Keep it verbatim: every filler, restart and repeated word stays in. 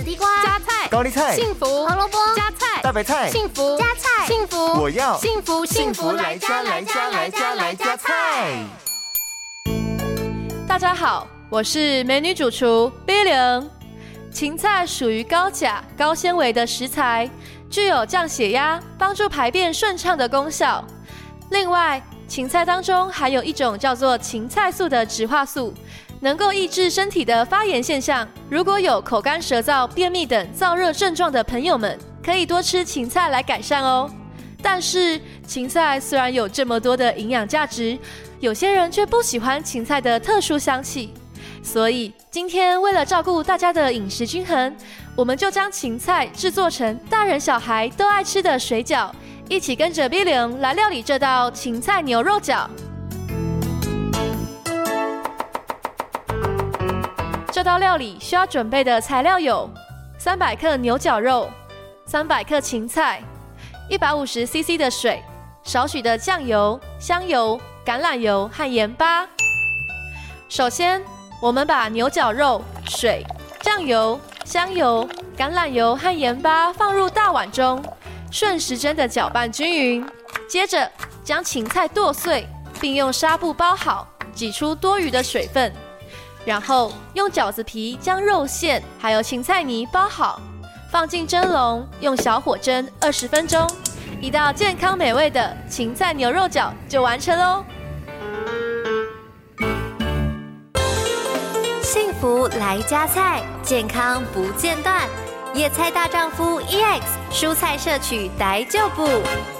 地瓜、 加菜、 高丽菜、 幸福、 胡萝卜、 加菜、 大白菜、 幸福、 加菜、 幸福， 我要幸福幸福来家来家来家来家菜。 大家好，我是美女主厨 Billion。芹菜属于高钾、高纤维的食材，具有降血压、帮助排便顺畅的功效。另外，芹菜当中含有一种叫做芹菜素的植化素，能够抑制身体的发炎现象。如果有口干舌燥、便秘等燥热症状的朋友们，可以多吃芹菜来改善哦。但是，芹菜虽然有这么多的营养价值，有些人却不喜欢芹菜的特殊香气。所以今天为了照顾大家的饮食均衡，我们就将芹菜制作成大人小孩都爱吃的水饺，一起跟着 Billion 来料理这道芹菜牛肉饺。这道料理需要准备的材料有三百克牛绞肉、三百克芹菜、一百五十 C C 的水、少许的酱油、香油、橄榄油和盐巴。首先，我们把牛绞肉、水、酱油、香油、橄榄油和盐巴放入大碗中，顺时针的搅拌均匀。接着，将芹菜剁碎，并用纱布包好，挤出多余的水分。然后用饺子皮将肉馅还有芹菜泥包好，放进蒸笼，用小火蒸二十分钟，一道健康美味的芹菜牛肉饺就完成喽。 幸福来加菜，健康不间断。野菜大丈夫 E X 蔬菜摄取逮就补。